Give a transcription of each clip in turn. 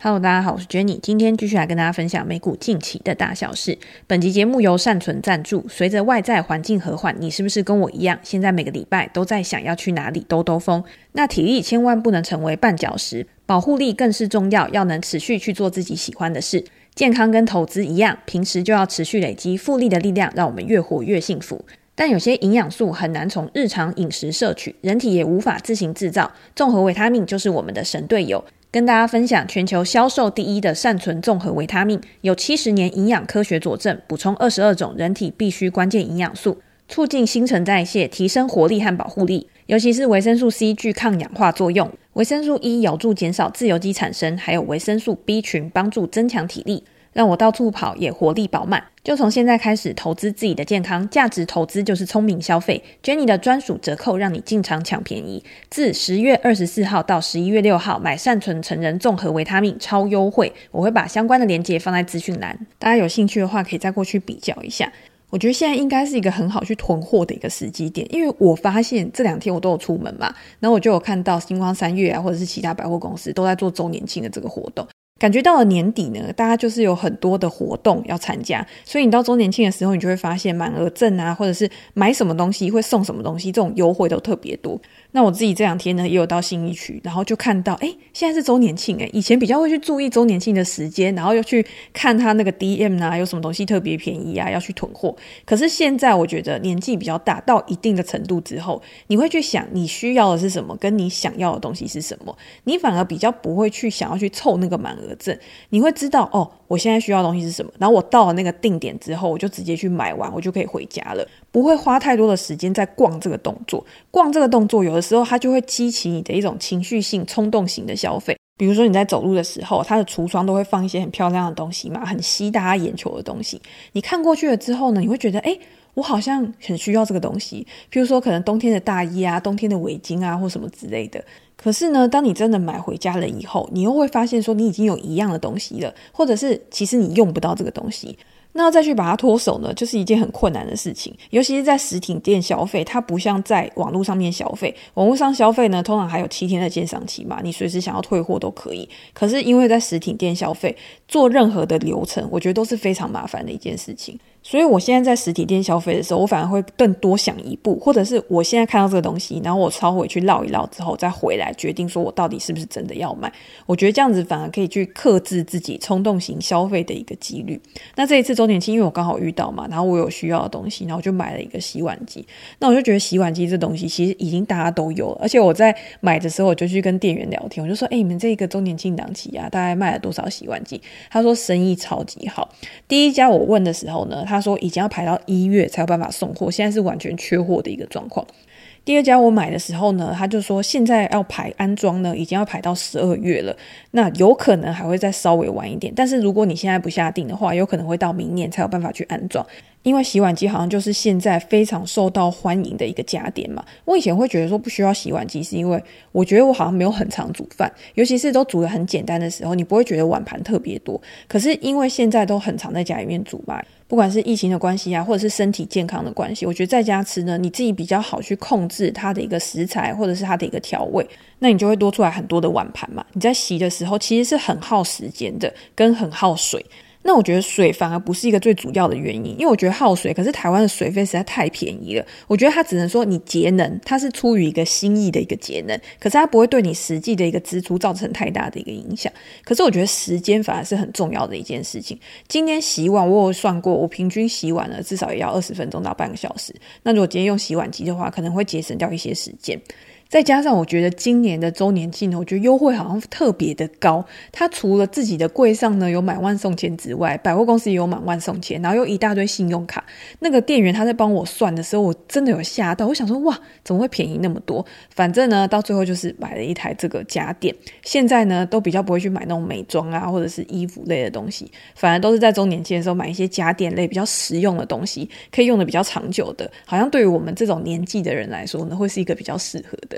Hello， 大家好，我是 Jenny， 今天继续来跟大家分享美股近期的大小事。本集节目由善存赞助。随着外在环境和缓，你是不是跟我一样，现在每个礼拜都在想要去哪里兜兜风？那体力千万不能成为绊脚石，保护力更是重要，要能持续去做自己喜欢的事。健康跟投资一样，平时就要持续累积复利的力量，让我们越活越幸福。但有些营养素很难从日常饮食摄取，人体也无法自行制造，综合维他命就是我们的神队友。跟大家分享全球销售第一的善存综合维他命，有70年营养科学佐证，补充22种人体必需关键营养素，促进新陈代谢，提升活力和保护力。尤其是维生素 C 具抗氧化作用，维生素 E 有助减少自由基产生，还有维生素 B 群帮助增强体力，让我到处跑也活力饱满。就从现在开始投资自己的健康，价值投资就是聪明消费。Jenny 的专属折扣让你进场抢便宜，自10月24号到11月6号买善存成人综合维他命超优惠，我会把相关的连结放在资讯栏，大家有兴趣的话可以再过去比较一下。我觉得现在应该是一个很好去囤货的一个时机点，因为我发现这2天我都有出门嘛，然后我就有看到星光3月啊，或者是其他百货公司都在做周年庆的这个活动。感觉到了年底呢，大家就是有很多的活动要参加，所以你到周年庆的时候，你就会发现满额赠啊，或者是买什么东西会送什么东西，这种优惠都特别多。那我自己这2天呢也有到信义区，然后就看到现在是周年庆以前比较会去注意周年庆的时间，然后又去看他那个 DM 啊有什么东西特别便宜啊要去囤货。可是现在我觉得年纪比较大到一定的程度之后，你会去想你需要的是什么跟你想要的东西是什么，你反而比较不会去想要去凑那个满额赠，你会知道我现在需要的东西是什么，然后我到了那个定点之后我就直接去买完，我就可以回家了，不会花太多的时间在逛这个动作。逛这个动作有的时候它就会激起你的一种情绪性冲动型的消费，比如说你在走路的时候，它的橱窗都会放一些很漂亮的东西嘛，很吸大家眼球的东西，你看过去了之后呢，你会觉得我好像很需要这个东西，譬如说可能冬天的大衣啊，冬天的围巾啊或什么之类的。可是呢，当你真的买回家了以后，你又会发现说你已经有一样的东西了，或者是其实你用不到这个东西，那要再去把它脱手呢，就是一件很困难的事情。尤其是在实体店消费，它不像在网络上面消费，网络上消费呢通常还有7天的鉴赏期嘛，你随时想要退货都可以。可是因为在实体店消费，做任何的流程我觉得都是非常麻烦的一件事情，所以我现在在实体店消费的时候，我反而会更多想一步，或者是我现在看到这个东西，然后我稍微去绕一绕之后再回来决定说我到底是不是真的要买。我觉得这样子反而可以去克制自己冲动型消费的一个几率。那这一次周年庆因为我刚好遇到嘛，然后我有需要的东西，然后我就买了一个洗碗机。那我就觉得洗碗机这东西其实已经大家都有了，而且我在买的时候我就去跟店员聊天，我就说你们这个周年庆档期啊大概卖了多少洗碗机？他说生意超级好。第一家我问的时候呢，他说已经要排到1月才有办法送货，现在是完全缺货的一个状况。第二家我买的时候呢，他就说现在要排安装呢，已经要排到12月了，那有可能还会再稍微晚一点，但是如果你现在不下定的话，有可能会到明年才有办法去安装。因为洗碗机好像就是现在非常受到欢迎的一个家电嘛。我以前会觉得说不需要洗碗机，是因为我觉得我好像没有很常煮饭，尤其是都煮得很简单的时候，你不会觉得碗盘特别多。可是因为现在都很常在家里面煮嘛，不管是疫情的关系啊，或者是身体健康的关系，我觉得在家吃呢，你自己比较好去控制它的一个食材或者是它的一个调味，那你就会多出来很多的碗盘嘛。你在洗的时候其实是很耗时间的，跟很耗水。那我觉得水反而不是一个最主要的原因，因为我觉得耗水，可是台湾的水费实在太便宜了，我觉得它只能说你节能，它是出于一个心意的一个节能，可是它不会对你实际的一个支出造成太大的一个影响。可是我觉得时间反而是很重要的一件事情。今天洗碗我有算过，我平均洗碗呢至少也要20分钟到半个小时，那如果今天用洗碗机的话，可能会节省掉一些时间。再加上我觉得今年的周年庆呢，我觉得优惠好像特别的高，它除了自己的柜上呢有满万送千之外，百货公司也有满万送千，然后又一大堆信用卡。那个店员他在帮我算的时候，我真的有吓到，我想说哇怎么会便宜那么多。反正呢到最后就是买了一台这个家电，现在呢都比较不会去买那种美妆啊或者是衣服类的东西，反而都是在周年庆的时候买一些家电类比较实用的东西，可以用的比较长久的，好像对于我们这种年纪的人来说呢会是一个比较适合的。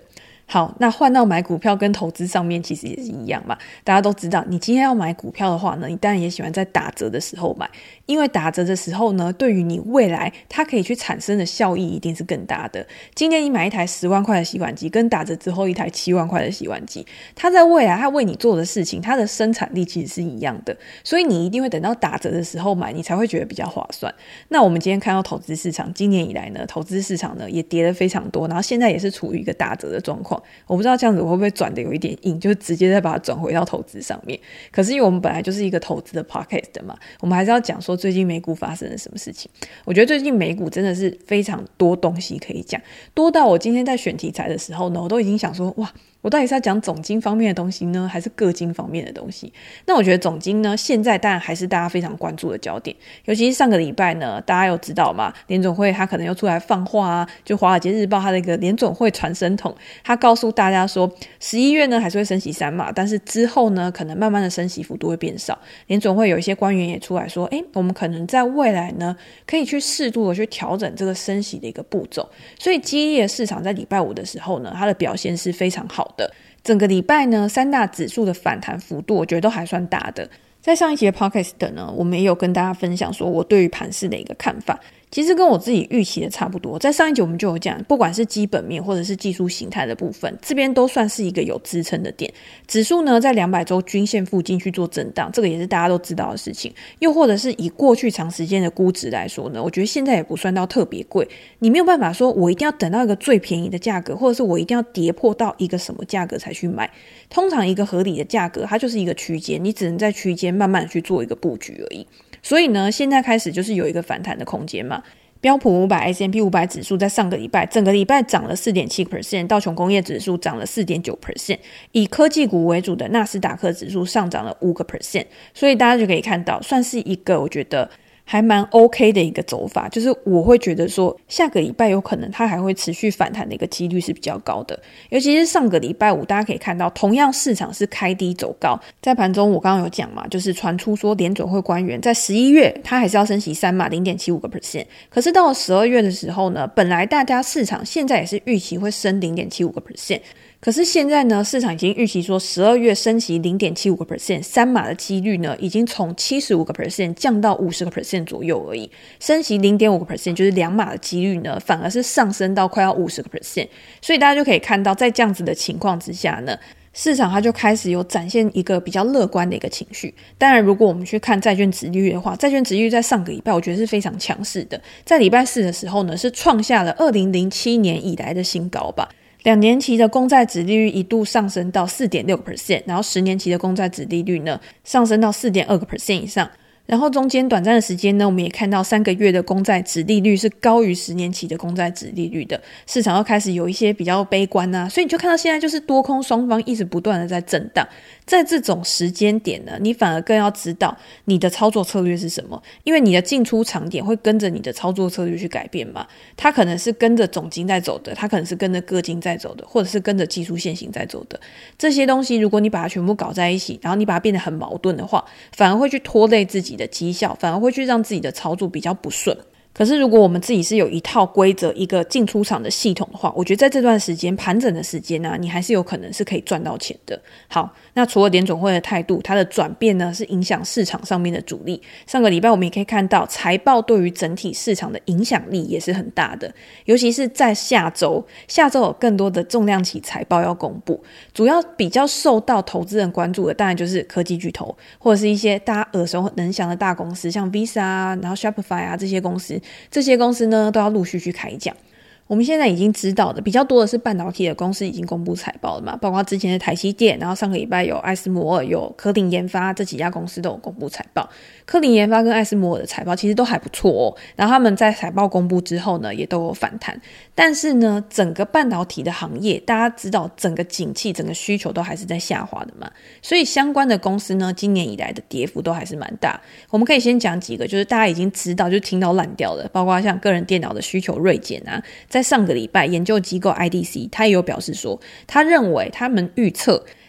好，那换到买股票跟投资上面其实也是一样嘛。大家都知道，你今天要买股票的话呢，你当然也喜欢在打折的时候买，因为打折的时候呢，对于你未来它可以去产生的效益一定是更大的。今天你买一台10万块的洗碗机，跟打折之后一台7万块的洗碗机，它在未来它为你做的事情，它的生产力其实是一样的，所以你一定会等到打折的时候买，你才会觉得比较划算。那我们今天看到投资市场，今年以来呢，投资市场呢也跌了非常多，然后现在也是处于一个打折的状况。我不知道这样子我会不会转的有一点硬，就是直接再把它转回到投资上面。可是因为我们本来就是一个投资的 podcast 的嘛，我们还是要讲说最近美股发生了什么事情。我觉得最近美股真的是非常多东西可以讲，多到我今天在选题材的时候呢，我都已经想说，哇，我到底是要讲总经方面的东西呢，还是个经方面的东西？那我觉得总经呢，现在当然还是大家非常关注的焦点，尤其是上个礼拜呢，大家有知道吗？联准会他可能又出来放话啊，就华尔街日报他的一个联准会传声筒，他告诉大家说11月呢还是会升息3码，但是之后呢可能慢慢的升息幅度会变少。联准会有一些官员也出来说，我们可能在未来呢可以去适度的去调整这个升息的一个步骤，所以激烈的市场在礼拜五的时候呢，它的表现是非常好的。整个礼拜呢3大指数的反弹幅度我觉得都还算大的。在上一集的 podcast 呢，我们也有跟大家分享说我对于盘势的一个看法，其实跟我自己预期的差不多。在上一集我们就有讲，不管是基本面或者是技术形态的部分，这边都算是一个有支撑的点。指数呢在200周均线附近去做震荡，这个也是大家都知道的事情。又或者是以过去长时间的估值来说呢，我觉得现在也不算到特别贵，你没有办法说我一定要等到一个最便宜的价格，或者是我一定要跌破到一个什么价格才去买。通常一个合理的价格它就是一个区间，你只能在区间慢慢的去做一个布局而已。所以呢现在开始就是有一个反弹的空间嘛。标普500 S&P 500指数在上个礼拜整个礼拜涨了 4.7%， 道琼工业指数涨了 4.9%， 以科技股为主的纳斯达克指数上涨了 5%， 所以大家就可以看到算是一个我觉得还蛮 OK 的一个走法，就是我会觉得说下个礼拜有可能它还会持续反弹的一个几率是比较高的。尤其是上个礼拜五大家可以看到同样市场是开低走高，在盘中我刚刚有讲嘛，就是传出说联准会官员在11月他还是要升息3码 0.75%， 可是到了12月的时候呢，本来大家市场现在也是预期会升 0.75%，可是现在呢，市场已经预期说12月升息 0.75%， 3码的几率呢已经从 75% 降到 50% 左右而已。升息 0.5% 就是2码的几率呢反而是上升到快要 50%， 所以大家就可以看到在这样子的情况之下呢，市场它就开始有展现一个比较乐观的一个情绪。当然如果我们去看债券殖利率的话，债券殖利率在上个礼拜我觉得是非常强势的，在礼拜四的时候呢是创下了2007年以来的新高吧。2年期的公债殖利率一度上升到 4.6%， 然后10年期的公债殖利率呢上升到 4.2% 以上。然后中间短暂的时间呢，我们也看到3个月的公债殖利率是高于10年期的公债殖利率的，市场又开始有一些比较悲观啊，所以你就看到现在就是多空双方一直不断的在震荡。在这种时间点呢，你反而更要知道你的操作策略是什么，因为你的进出场点会跟着你的操作策略去改变嘛。它可能是跟着总经在走的，它可能是跟着个经在走的，或者是跟着技术线型在走的。这些东西如果你把它全部搞在一起，然后你把它变得很矛盾的话，反而会去拖累自己的绩效，反而会去让自己的操作比较不顺。可是如果我们自己是有一套规则，一个进出场的系统的话，我觉得在这段时间盘整的时间啊，你还是有可能是可以赚到钱的。好，那除了联准会的态度，它的转变呢是影响市场上面的主力。上个礼拜我们也可以看到财报对于整体市场的影响力也是很大的，尤其是在下周有更多的重量级财报要公布，主要比较受到投资人关注的当然就是科技巨头，或者是一些大家耳熟能详的大公司，像 Visa 啊，然后 Shopify 啊，这些公司呢都要陆续去开奖。我们现在已经知道的比较多的是半导体的公司已经公布财报了嘛，包括之前的台积电，然后上个礼拜有艾斯摩尔、有科林研发，这几家公司都有公布财报。科林研发跟艾斯摩尔的财报其实都还不错哦，然后他们在财报公布之后呢也都有反弹。但是呢整个半导体的行业大家知道整个景气整个需求都还是在下滑的嘛，所以相关的公司呢今年以来的跌幅都还是蛮大。我们可以先讲几个就是大家已经知道就听到烂掉的，包括像个人电脑的需求锐减啊，在上个礼拜研究机构 IDC 他也有表示说，他认为他们预测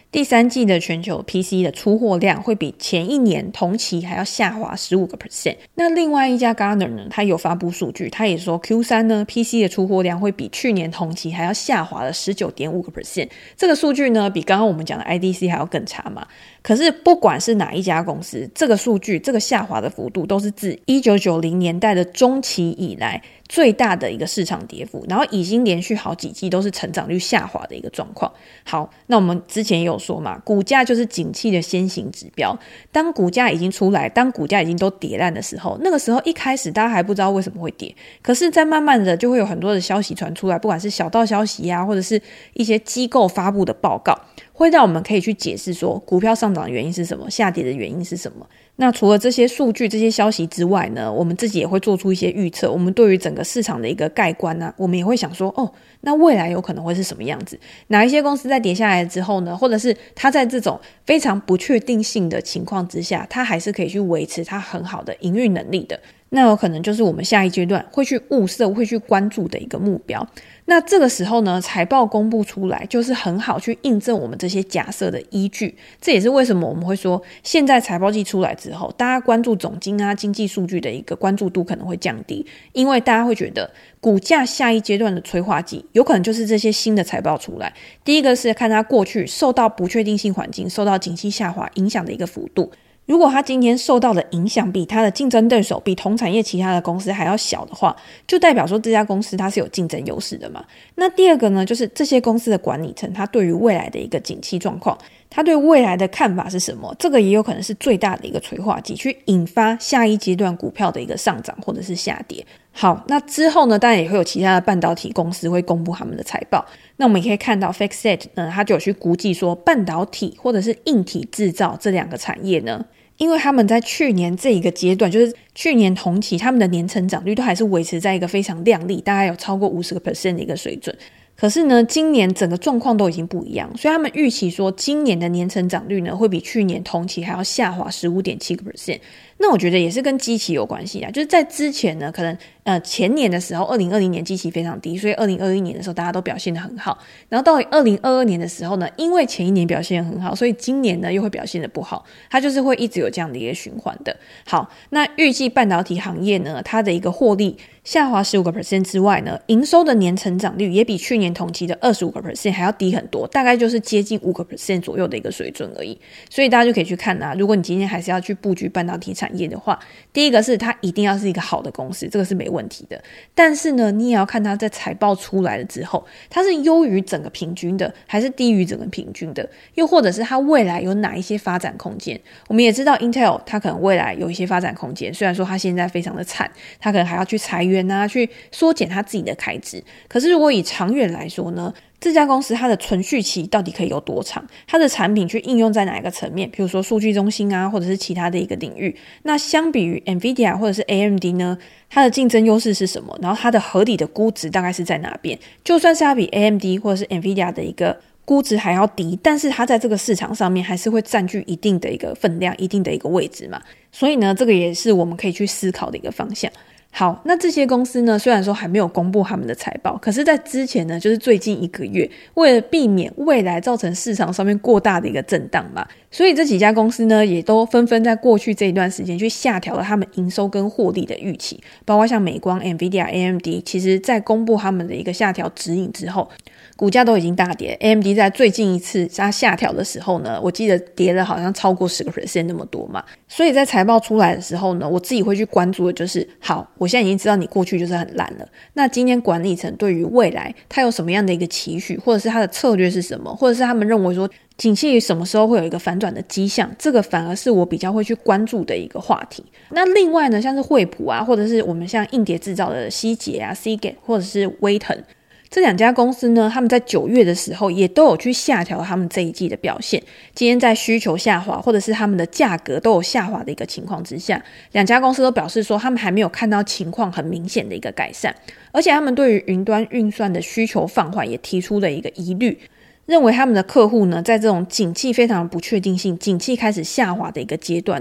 第三季的全球 PC 的出货量会比前一年同期还要下滑 15%。 那另外一家 Gartner 呢，它有发布数据，它也说 Q3 呢 PC 的出货量会比去年同期还要下滑了 19.5%。 这个数据呢比刚刚我们讲的 IDC 还要更差嘛。可是不管是哪一家公司，这个数据这个下滑的幅度都是自1990年代的中期以来最大的一个市场跌幅，然后已经连续好几季都是成长率下滑的一个状况。好，那我们之前也有说嘛，股价就是景气的先行指标。当股价已经出来，当股价已经都跌烂的时候，那个时候一开始大家还不知道为什么会跌，可是在慢慢的就会有很多的消息传出来，不管是小道消息啊，或者是一些机构发布的报告，会让我们可以去解释说股票上涨的原因是什么，下跌的原因是什么。那除了这些数据这些消息之外呢，我们自己也会做出一些预测，我们对于整个市场的一个概观啊，我们也会想说那未来有可能会是什么样子，哪一些公司在跌下来之后呢，或者是它在这种非常不确定性的情况之下，它还是可以去维持它很好的营运能力的，那有可能就是我们下一阶段会去物色会去关注的一个目标。那这个时候呢，财报公布出来就是很好去印证我们这些假设的依据。这也是为什么我们会说现在财报季出来之后，大家关注总经啊经济数据的一个关注度可能会降低，因为大家会觉得股价下一阶段的催化剂有可能就是这些新的财报出来。第一个是看它过去受到不确定性环境受到景气下滑影响的一个幅度，如果它今天受到的影响比它的竞争对手比同产业其他的公司还要小的话，就代表说这家公司它是有竞争优势的嘛。那第二个呢，就是这些公司的管理层它对于未来的一个景气状况，他对未来的看法是什么，这个也有可能是最大的一个催化剂，去引发下一阶段股票的一个上涨或者是下跌。好，那之后呢，当然也会有其他的半导体公司会公布他们的财报。那我们也可以看到 FactSet 呢，他就有去估计说半导体或者是硬体制造这两个产业呢，因为他们在去年这一个阶段，就是去年同期他们的年成长率都还是维持在一个非常亮丽，大概有超过 50% 的一个水准。可是呢，今年整个状况都已经不一样，所以他们预期说今年的年成长率呢会比去年同期还要下滑 15.7%。那我觉得也是跟基期有关系啊，就是在之前呢，可能前年的时候2020年基期非常低，所以2021年的时候大家都表现得很好，然后到2022年的时候呢，因为前一年表现很好，所以今年呢又会表现得不好，它就是会一直有这样的一个循环的。好，那预计半导体行业呢，它的一个获利下滑 15% 之外呢，营收的年成长率也比去年同期的 25% 还要低很多，大概就是接近 5% 左右的一个水准而已。所以大家就可以去看啊，如果你今天还是要去布局半导体产业的话，第一个是它一定要是一个好的公司，这个是没问题的，但是呢，你也要看它在财报出来了之后，它是优于整个平均的还是低于整个平均的，又或者是它未来有哪一些发展空间。我们也知道 Intel 它可能未来有一些发展空间，虽然说它现在非常的惨，它可能还要去裁员啊，去缩减它自己的开支，可是如果以长远来说呢，这家公司它的存续期到底可以有多长，它的产品去应用在哪一个层面，比如说数据中心啊，或者是其他的一个领域，那相比于 NVIDIA 或者是 AMD 呢，它的竞争优势是什么，然后它的合理的估值大概是在哪边。就算是它比 AMD 或者是 NVIDIA 的一个估值还要低，但是它在这个市场上面还是会占据一定的一个分量，一定的一个位置嘛，所以呢，这个也是我们可以去思考的一个方向。好，那这些公司呢，虽然说还没有公布他们的财报，可是在之前呢，就是最近1个月，为了避免未来造成市场上面过大的一个震荡嘛，所以这几家公司呢，也都纷纷在过去这一段时间去下调了他们营收跟获利的预期，包括像美光、NVIDIA、AMD， 其实在公布他们的一个下调指引之后，股价都已经大跌。 AMD 在最近一次它下调的时候呢，我记得跌了好像超过 10% 那么多嘛，所以在财报出来的时候呢，我自己会去关注的就是好，我现在已经知道你过去就是很烂了，那今天管理层对于未来它有什么样的一个期许，或者是它的策略是什么，或者是他们认为说景气什么时候会有一个反转的迹象，这个反而是我比较会去关注的一个话题。那另外呢，像是惠普啊，或者是我们像硬碟制造的希捷啊 Seagate 或者是威腾，这两家公司呢，他们在9月的时候也都有去下调他们这一季的表现。今天在需求下滑或者是他们的价格都有下滑的一个情况之下，两家公司都表示说他们还没有看到情况很明显的一个改善，而且他们对于云端运算的需求放缓也提出了一个疑虑，认为他们的客户呢，在这种景气非常不确定性、景气开始下滑的一个阶段呢，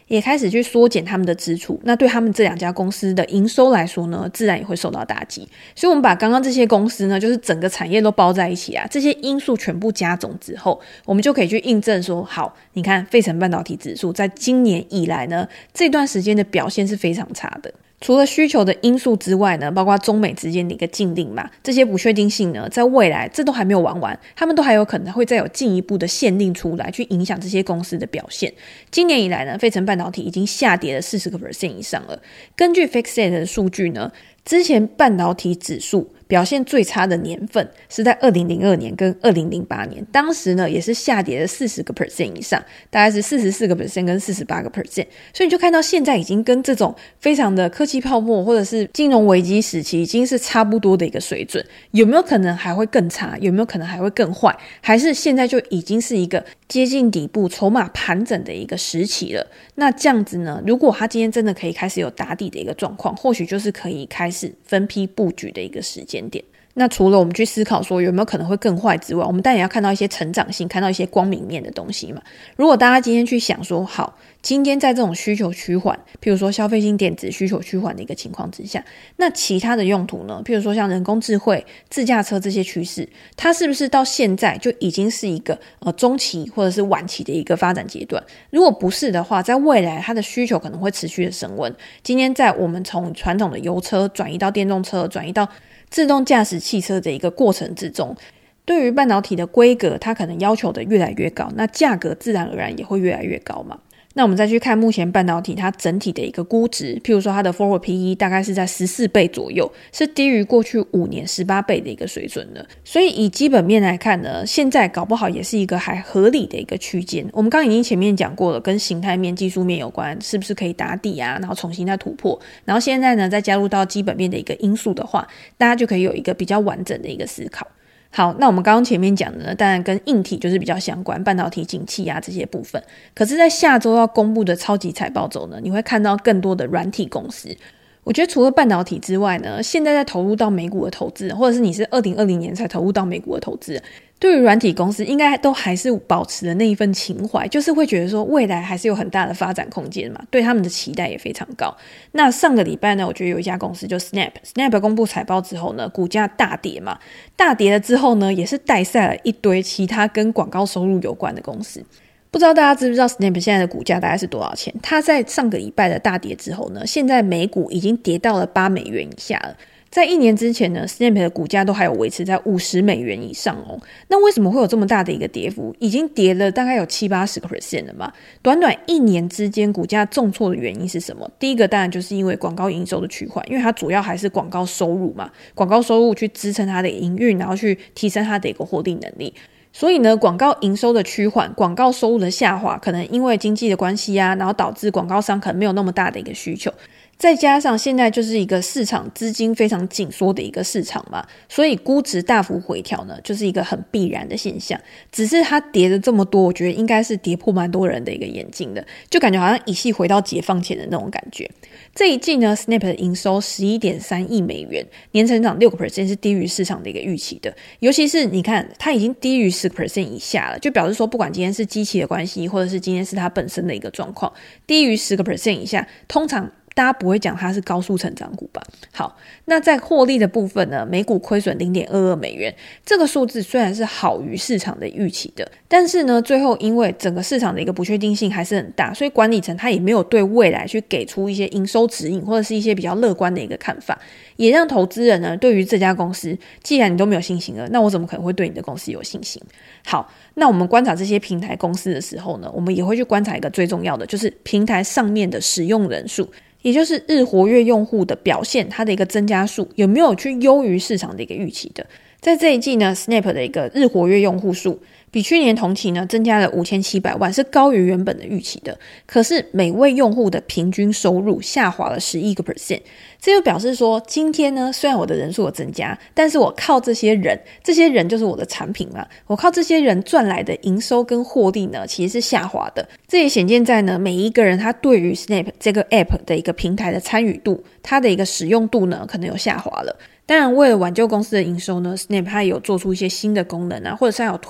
也开始去缩减他们的支出，那对他们这两家公司的营收来说呢，自然也会受到打击。所以我们把刚刚这些公司呢，就是整个产业都包在一起啊，这些因素全部加总之后，我们就可以去印证说，好，你看费城半导体指数在今年以来呢，这段时间的表现是非常差的。除了需求的因素之外呢，包括中美之间的一个禁令嘛，这些不确定性呢，在未来这都还没有玩完，他们都还有可能会再有进一步的限令出来，去影响这些公司的表现。今年以来呢，费城半导体已经下跌了 40% 以上了。根据 FactSet 的数据呢，之前半导体指数表现最差的年份是在2002年跟2008年，当时呢也是下跌了 40% 以上，大概是 44% 跟 48%， 所以你就看到现在已经跟这种非常的科技泡沫或者是金融危机时期已经是差不多的一个水准。有没有可能还会更差？有没有可能还会更坏？还是现在就已经是一个接近底部筹码盘整的一个时期了？那这样子呢，如果他今天真的可以开始有打底的一个状况，或许就是可以开始分批布局的一个时间点。那除了我们去思考说有没有可能会更坏之外，我们当然也要看到一些成长性，看到一些光明面的东西嘛。如果大家今天去想说，好，今天在这种需求趋缓，譬如说消费性电子需求趋缓的一个情况之下，那其他的用途呢，譬如说像人工智慧、自驾车这些趋势，它是不是到现在就已经是一个中期或者是晚期的一个发展阶段？如果不是的话，在未来它的需求可能会持续的升温。今天在我们从传统的油车转移到电动车，转移到自动驾驶汽车的一个过程之中，对于半导体的规格，它可能要求的越来越高，那价格自然而然也会越来越高嘛。那我们再去看目前半导体它整体的一个估值，譬如说它的 forward PE 大概是在14倍左右，是低于过去5年18倍的一个水准的。所以以基本面来看呢，现在搞不好也是一个还合理的一个区间。我们刚刚已经前面讲过了，跟形态面、技术面有关，是不是可以打底啊，然后重新再突破，然后现在呢再加入到基本面的一个因素的话，大家就可以有一个比较完整的一个思考。好，那我们刚刚前面讲的呢，当然跟硬体就是比较相关，半导体景气啊这些部分。可是在下周要公布的超级财报周呢，你会看到更多的软体公司。我觉得除了半导体之外呢，现在在投入到美股的投资，或者是你是2020年才投入到美股的投资，对于软体公司应该都还是保持了那一份情怀，就是会觉得说未来还是有很大的发展空间嘛，对他们的期待也非常高。那上个礼拜呢，我觉得有一家公司就 Snap 公布财报之后呢，股价大跌嘛，大跌了之后呢，也是带赛了一堆其他跟广告收入有关的公司。不知道大家知不知道 Snap 现在的股价大概是多少钱？它在上个礼拜的大跌之后呢，现在每股已经跌到了$8以下了。在1年之前呢 Snap 的股价都还有维持在$50以上哦。那为什么会有这么大的一个跌幅？已经跌了大概有70-80% 了嘛。短短1年之间股价重挫的原因是什么？第一个当然就是因为广告营收的趋缓，因为它主要还是广告收入嘛，广告收入去支撑它的营运，然后去提升它的一个获利能力。所以呢，广告营收的趋缓，广告收入的下滑，可能因为经济的关系啊，然后导致广告商可能没有那么大的一个需求。再加上现在就是一个市场资金非常紧缩的一个市场嘛，所以估值大幅回调呢，就是一个很必然的现象。只是它跌了这么多，我觉得应该是跌破蛮多人的一个眼镜的，就感觉好像一系回到解放前的那种感觉。这一季呢 Snap 的营收$11.3亿，年成长6% 是低于市场的一个预期的。尤其是你看它已经低于10% 以下了，就表示说不管今天是机器的关系，或者是今天是它本身的一个状况，低于10% 以下，通常大家不会讲它是高速成长股吧。好，那在获利的部分呢，每股亏损$0.22，这个数字虽然是好于市场的预期的，但是呢最后因为整个市场的一个不确定性还是很大，所以管理层他也没有对未来去给出一些营收指引，或者是一些比较乐观的一个看法，也让投资人呢对于这家公司，既然你都没有信心了，那我怎么可能会对你的公司有信心？好，那我们观察这些平台公司的时候呢，我们也会去观察一个最重要的，就是平台上面的使用人数，也就是日活跃用户的表现，它的一个增加数有没有去优于市场的一个预期的。在这一季呢 Snap 的一个日活跃用户数比去年同期呢增加了5700万，是高于原本的预期的。可是每位用户的平均收入下滑了11%，这就表示说今天呢虽然我的人数有增加，但是我靠这些人就是我的产品嘛，我靠这些人赚来的营收跟获利呢其实是下滑的。这也显见在呢每一个人他对于 Snap 这个 App 的一个平台的参与度，他的一个使用度呢可能有下滑了。当然为了挽救公司的营收呢 Snap 它也有做出一些新的功能啊，或者是它有推出订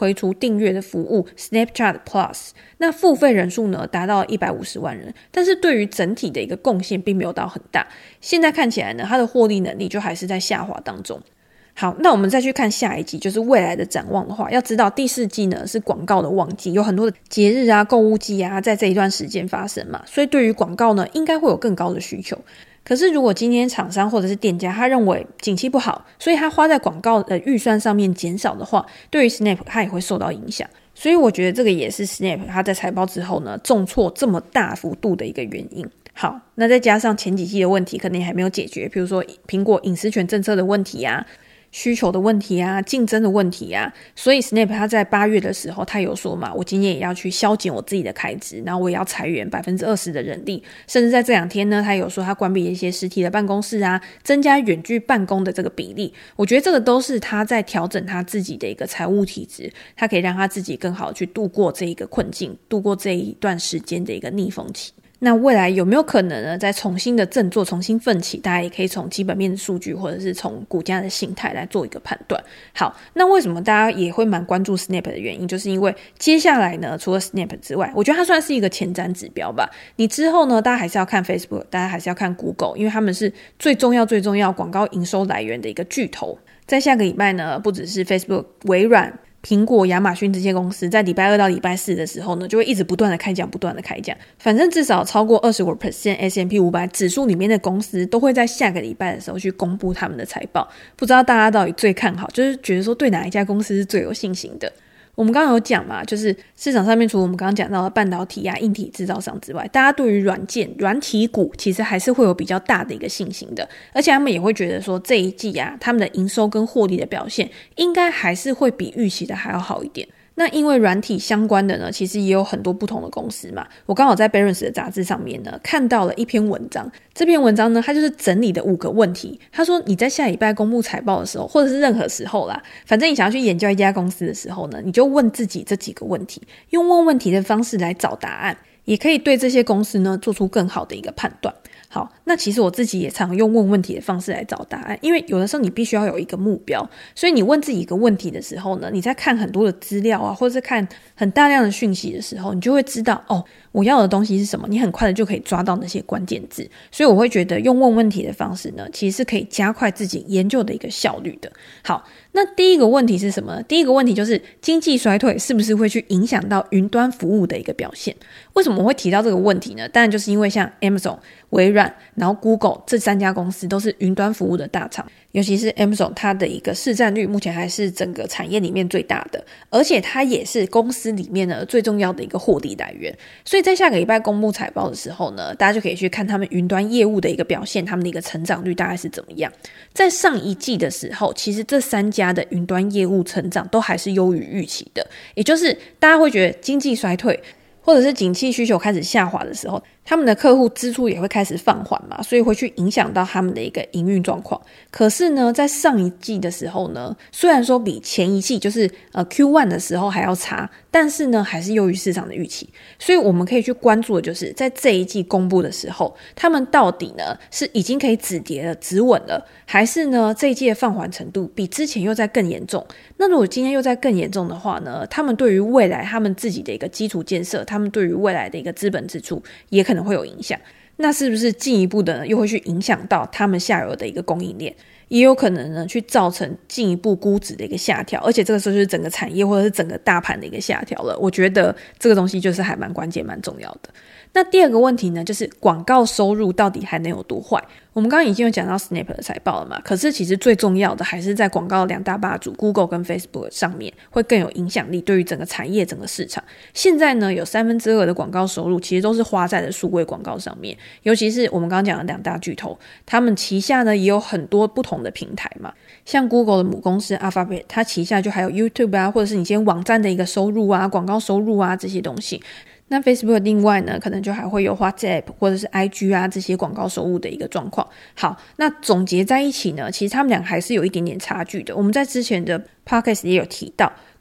订阅的服务 Snapchat Plus， 那付费人数呢达到150万人，但是对于整体的一个贡献并没有到很大。现在看起来呢，它的获利能力就还是在下滑当中。好，那我们再去看下一季，就是未来的展望的话，要知道第4季呢是广告的旺季，有很多的节日啊、购物季啊，在这一段时间发生嘛，所以对于广告呢，应该会有更高的需求。可是如果今天厂商或者是店家他认为景气不好，所以他花在广告的预算上面减少的话，对于 Snap 他也会受到影响。所以我觉得这个也是 Snap 他在财报之后呢重挫这么大幅度的一个原因。好，那再加上前几季的问题可能也还没有解决，比如说苹果隐私权政策的问题啊、需求的问题啊、竞争的问题啊，所以 Snap 他在8月的时候他有说嘛，我今年也要去削减我自己的开支，然后我也要裁员 20% 的人力，甚至在这2天呢他有说他关闭一些实体的办公室啊，增加远距办公的这个比例。我觉得这个都是他在调整他自己的一个财务体质，他可以让他自己更好去度过这一个困境，度过这一段时间的一个逆风期。那未来有没有可能呢再重新的振作，重新奋起？大家也可以从基本面的数据或者是从股价的形态来做一个判断。好，那为什么大家也会蛮关注 Snap 的原因，就是因为接下来呢除了 Snap 之外，我觉得它算是一个前瞻指标吧。你之后呢大家还是要看 Facebook， 大家还是要看 Google， 因为他们是最重要广告营收来源的一个巨头。在下个礼拜呢，不只是 Facebook、微软、苹果、亚马逊这些公司在礼拜2到礼拜4的时候呢，就会一直不断的开奖，反正至少超过 20% S&P 500指数里面的公司都会在下个礼拜的时候去公布他们的财报。不知道大家到底最看好，就是觉得说对哪一家公司是最有信心的。我们刚刚有讲嘛，就是市场上面除了我们刚刚讲到的半导体啊、硬体制造商之外，大家对于软体股其实还是会有比较大的一个信心的，而且他们也会觉得说这一季啊，他们的营收跟获利的表现应该还是会比预期的还要好一点。那因为软体相关的呢，其实也有很多不同的公司嘛。我刚好在 Barron's 的杂志上面呢看到了一篇文章，这篇文章呢它就是整理的5个问题。他说你在下礼拜公布财报的时候，或者是任何时候啦，反正你想要去研究一家公司的时候呢，你就问自己这几个问题，用问问题的方式来找答案，也可以对这些公司呢做出更好的一个判断。好，那其实我自己也常用问问题的方式来找答案，因为有的时候你必须要有一个目标，所以你问自己一个问题的时候呢，你在看很多的资料啊，或者是看很大量的讯息的时候，你就会知道我要的东西是什么，你很快的就可以抓到那些关键字。所以我会觉得用问问题的方式呢，其实是可以加快自己研究的一个效率的。好，那第一个问题是什么呢？第一个问题就是经济衰退是不是会去影响到云端服务的一个表现？为什么我会提到这个问题呢？当然就是因为像 Amazon、微软然后 Google 这3家公司都是云端服务的大厂，尤其是 Amazon 它的一个市占率目前还是整个产业里面最大的，而且它也是公司里面呢最重要的一个获利来源。所以在下个礼拜公布财报的时候呢，大家就可以去看他们云端业务的一个表现，他们的一个成长率大概是怎么样。在上一季的时候，其实这3家的云端业务成长都还是优于预期的，也就是大家会觉得经济衰退或者是景气需求开始下滑的时候，他们的客户支出也会开始放缓嘛，所以会去影响到他们的一个营运状况。可是呢，在上一季的时候呢，虽然说比前一季就是Q1 的时候还要差，但是呢还是优于市场的预期。所以我们可以去关注的就是在这一季公布的时候，他们到底呢是已经可以止跌了、止稳了，还是呢这一季的放缓程度比之前又再更严重。那如果今天又再更严重的话呢，他们对于未来他们自己的一个基础建设，他们对于未来的一个资本支出也可能会有影响。那是不是进一步的呢又会去影响到他们下游的一个供应链，也有可能呢去造成进一步估值的一个下调，而且这个时候就是整个产业或者是整个大盘的一个下调了。我觉得这个东西就是还蛮关键蛮重要的。那第二个问题呢，就是广告收入到底还能有多坏？我们刚刚已经有讲到 Snap 的财报了嘛，可是其实最重要的还是在广告2大霸主 Google 跟 Facebook 上面会更有影响力，对于整个产业整个市场。现在呢有2/3的广告收入其实都是花在了数位广告上面，尤其是我们刚刚讲的2大巨头，他们旗下呢也有很多不同的平台嘛，像 Google 的母公司 Alphabet， 它旗下就还有 YouTube 啊，或者是你今天网站的一个收入啊、广告收入啊这些东西。那 Facebook 另外呢可能就还会有 WhatsApp 或者是 IG 啊这些广告收入的一个状况。好，那总结在一起呢，其实他们俩还是有一点点差距的。我们在之前的 Podcast 也有提到，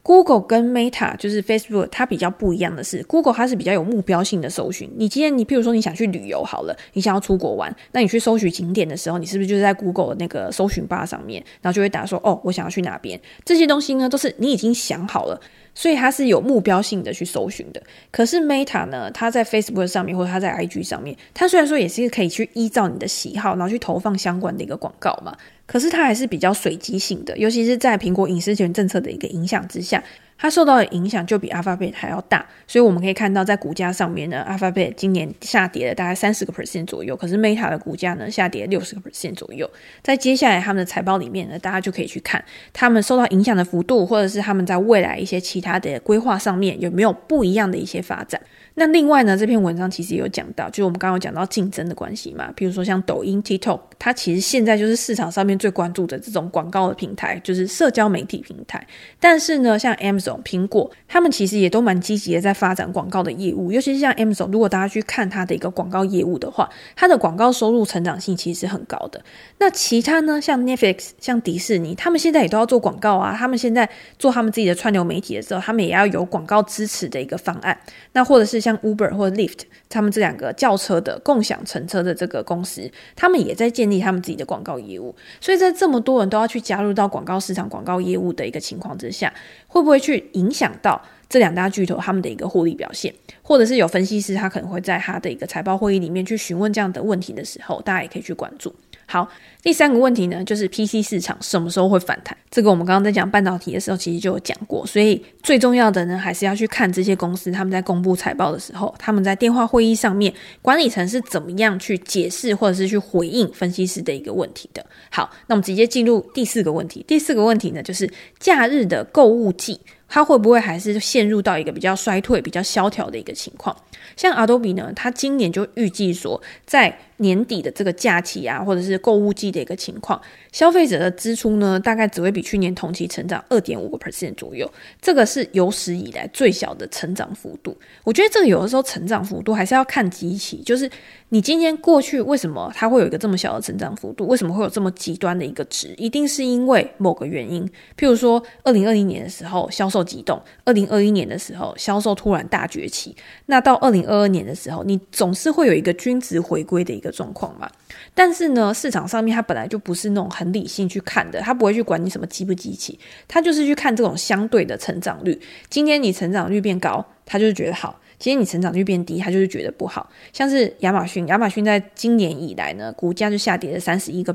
Google 跟 Meta 就是 Facebook 它比较不一样的是 Google 它是比较有目标性的搜寻，你今天譬如说你想去旅游好了，你想要出国玩，那你去搜寻景点的时候，你是不是就是在 Google 的那个搜寻吧上面，然后就会打说我想要去哪边，这些东西呢都是你已经想好了，所以它是有目标性的去搜寻的。可是 Meta 呢，它在 Facebook 上面或者它在 IG 上面，它虽然说也是可以去依照你的喜好然后去投放相关的一个广告嘛，可是它还是比较随机性的，尤其是在苹果隐私权政策的一个影响之下，它受到的影响就比 Alphabet 还要大。所以我们可以看到在股价上面呢， Alphabet 今年下跌了大概 30% 左右，可是 Meta 的股价呢下跌 60% 左右。在接下来他们的财报里面呢，大家就可以去看他们受到影响的幅度，或者是他们在未来一些其他的规划上面有没有不一样的一些发展。那另外呢，这篇文章其实也有讲到，就是我们刚刚有讲到竞争的关系嘛，比如说像抖音 TikTok， 它其实现在就是市场上面最关注的这种广告的平台，就是社交媒体平台。但是呢，像 Amazon 苹果，他们其实也都蛮积极的在发展广告的业务，尤其是像 Amazon， 如果大家去看它的一个广告业务的话，它的广告收入成长性其实是很高的。那其他呢，像 Netflix 像迪士尼，他们现在也都要做广告啊，他们现在做他们自己的串流媒体的时候，他们也要有广告支持的一个方案。那或者是像 Uber 或者 Lyft， 他们这两个轿车的共享乘车的这个公司，他们也在建立他们自己的广告业务。所以在这么多人都要去加入到广告市场广告业务的一个情况之下，会不会去影响到这两大巨头他们的一个获利表现？或者是有分析师他可能会在他的一个财报会议里面去询问这样的问题的时候，大家也可以去关注。好，第三个问题呢，就是 PC 市场什么时候会反弹？这个我们刚刚在讲半导体的时候其实就有讲过，所以最重要的呢，还是要去看这些公司他们在公布财报的时候，他们在电话会议上面管理层是怎么样去解释或者是去回应分析师的一个问题的。好，那我们直接进入第四个问题。第四个问题呢，就是假日的购物季它会不会还是陷入到一个比较衰退比较萧条的一个情况。像 Adobe 呢，它今年就预计说在年底的这个假期啊，或者是购物季的一个情况，消费者的支出呢大概只会比去年同期成长 2.5% 左右，这个是有史以来最小的成长幅度。我觉得这个有的时候成长幅度还是要看基期，就是你今天过去为什么它会有一个这么小的成长幅度，为什么会有这么极端的一个值，一定是因为某个原因。譬如说2020年的时候销售激动，2021年的时候销售突然大崛起，那到2022年的时候你总是会有一个均值回归的一个状况嘛。但是呢，市场上面它本来就不是那种很理性去看的，它不会去管你什么激不激起，它就是去看这种相对的成长率。今天你成长率变高，它就是觉得好，今天你成长率变低，它就是觉得不好。像是亚马逊在今年以来呢，股价就下跌了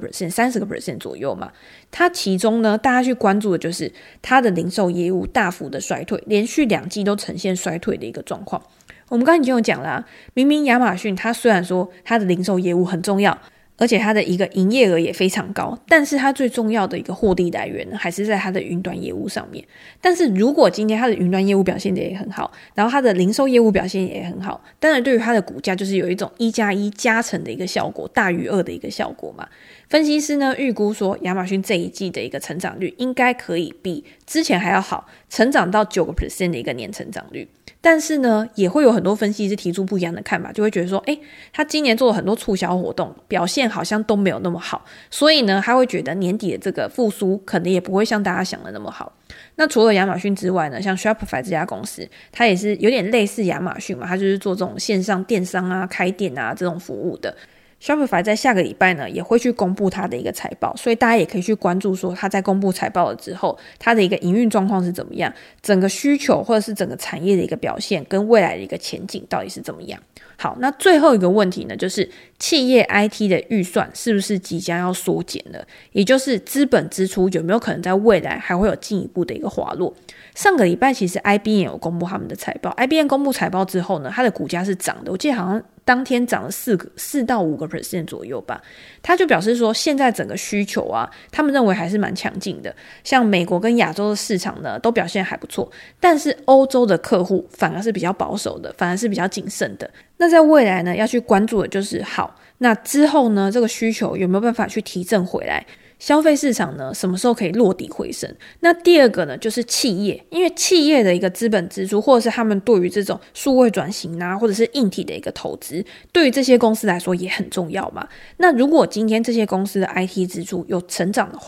30% 左右嘛。它其中呢，大家去关注的就是它的零售业务大幅的衰退，连续2季都呈现衰退的一个状况。我们刚刚已经有讲啦，明明亚马逊它虽然说它的零售业务很重要，而且它的一个营业额也非常高，但是它最重要的一个获利来源呢，还是在它的云端业务上面。但是如果今天它的云端业务表现得也很好，然后它的零售业务表现也很好，当然对于它的股价就是有一种1+1加成的一个效果，大于2的一个效果嘛。分析师呢预估说亚马逊这一季的一个成长率应该可以比之前还要好，成长到 9% 的一个年成长率。但是呢，也会有很多分析师提出不一样的看法，就会觉得说他今年做了很多促销活动，表现好像都没有那么好，所以呢他会觉得年底的这个复苏可能也不会像大家想的那么好。那除了亚马逊之外呢，像 Shopify 这家公司，它也是有点类似亚马逊嘛，它就是做这种线上电商啊、开店啊这种服务的。Shopify 在下个礼拜呢也会去公布它的一个财报，所以大家也可以去关注说它在公布财报了之后，它的一个营运状况是怎么样，整个需求或者是整个产业的一个表现跟未来的一个前景到底是怎么样。好，那最后一个问题呢，就是企业 IT 的预算是不是即将要缩减了，也就是资本支出有没有可能在未来还会有进一步的一个滑落。上个礼拜其实 IBM 有公布他们的财报， IBM 公布财报之后呢，它的股价是涨的，我记得好像当天涨了4到5% 左右吧。他就表示说现在整个需求啊，他们认为还是蛮强劲的，像美国跟亚洲的市场呢都表现还不错，但是欧洲的客户反而是比较保守的，反而是比较谨慎的。那在未来呢要去关注的就是好，那之后呢这个需求有没有办法去提振回来，消费市场呢什么时候可以落底回升。那第二个呢就是企业，因为企业的一个资本支出或者是他们对于这种数位转型啊或者是硬体的一个投资，对于这些公司来说也很重要嘛。那如果今天这些公司的 IT 支出有成长的话，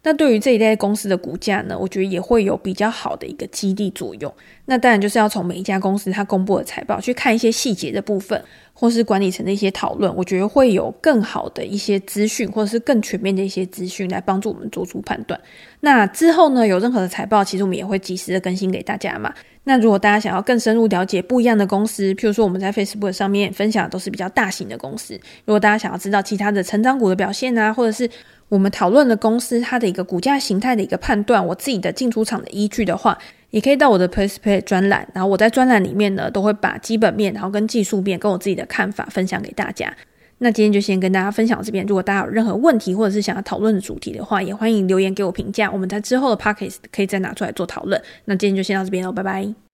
那对于这一类公司的股价呢，我觉得也会有比较好的一个激励作用。那当然就是要从每一家公司它公布的财报去看一些细节的部分，或是管理层的一些讨论，我觉得会有更好的一些资讯，或者是更全面的一些资讯来帮助我们做出判断。那之后呢，有任何的财报其实我们也会及时的更新给大家嘛。那如果大家想要更深入了解不一样的公司，譬如说我们在 Facebook 上面分享的都是比较大型的公司，如果大家想要知道其他的成长股的表现啊，或者是我们讨论的公司它的一个股价形态的一个判断，我自己的进出场的依据的话，也可以到我的 PressPlay 专栏，然后我在专栏里面呢都会把基本面然后跟技术面跟我自己的看法分享给大家。那今天就先跟大家分享到这边，如果大家有任何问题或者是想要讨论的主题的话，也欢迎留言给我评价，我们在之后的 Podcast 可以再拿出来做讨论。那今天就先到这边咯，拜拜。